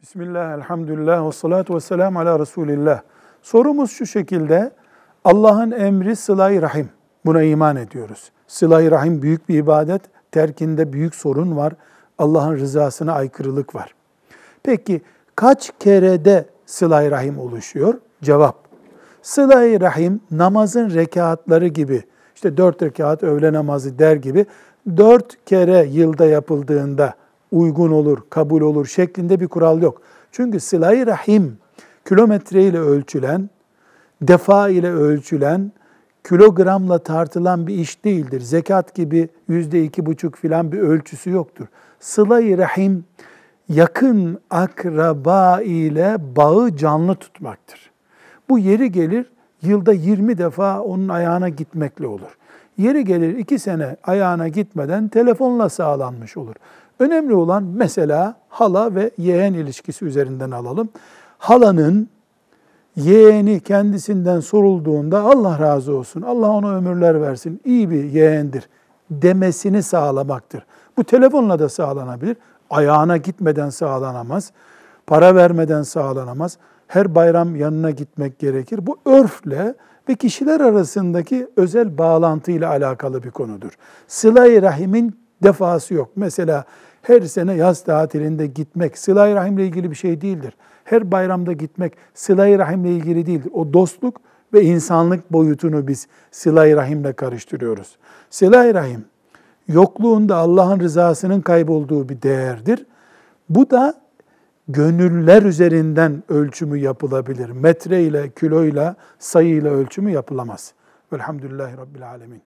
Bismillah, elhamdülillah, ve salatu ve selamu ala Resulillah. Sorumuz şu şekilde, Allah'ın emri sıla-i rahim. Buna iman ediyoruz. Sıla-i rahim büyük bir ibadet, terkinde büyük sorun var. Allah'ın rızasına aykırılık var. Peki kaç kerede sıla-i rahim oluşuyor? Cevap, sıla-i rahim namazın rekatları gibi, işte 4 rekat öğle namazı der gibi 4 kere yılda yapıldığında uygun olur, kabul olur şeklinde bir kural yok. Çünkü sıla-i rahim kilometre ile ölçülen, defa ile ölçülen, kilogramla tartılan bir iş değildir. Zekat gibi %2,5 filan bir ölçüsü yoktur. Sıla-i rahim yakın akraba ile bağı canlı tutmaktır. Bu yeri gelir yılda 20 defa onun ayağına gitmekle olur. Yeri gelir 2 sene ayağına gitmeden telefonla sağlanmış olur. Önemli olan mesela hala ve yeğen ilişkisi üzerinden alalım. Halanın yeğeni kendisinden sorulduğunda Allah razı olsun, Allah ona ömürler versin, iyi bir yeğendir demesini sağlamaktır. Bu telefonla da sağlanabilir. Ayağına gitmeden sağlanamaz. Para vermeden sağlanamaz. Her bayram yanına gitmek gerekir. Bu örfle ve kişiler arasındaki özel bağlantıyla alakalı bir konudur. Sıla-i rahimin defası yok. Mesela her sene yaz tatilinde gitmek sıla-i rahimle ilgili bir şey değildir. Her bayramda gitmek sıla-i rahimle ilgili değildir. O dostluk ve insanlık boyutunu biz sıla-i rahimle karıştırıyoruz. Sıla-i rahim yokluğunda Allah'ın rızasının kaybolduğu bir değerdir. Bu da gönüller üzerinden ölçümü yapılabilir. Metre ile, kiloyla, sayıyla ölçümü yapılamaz. Velhamdülillahi Rabbil Alemin.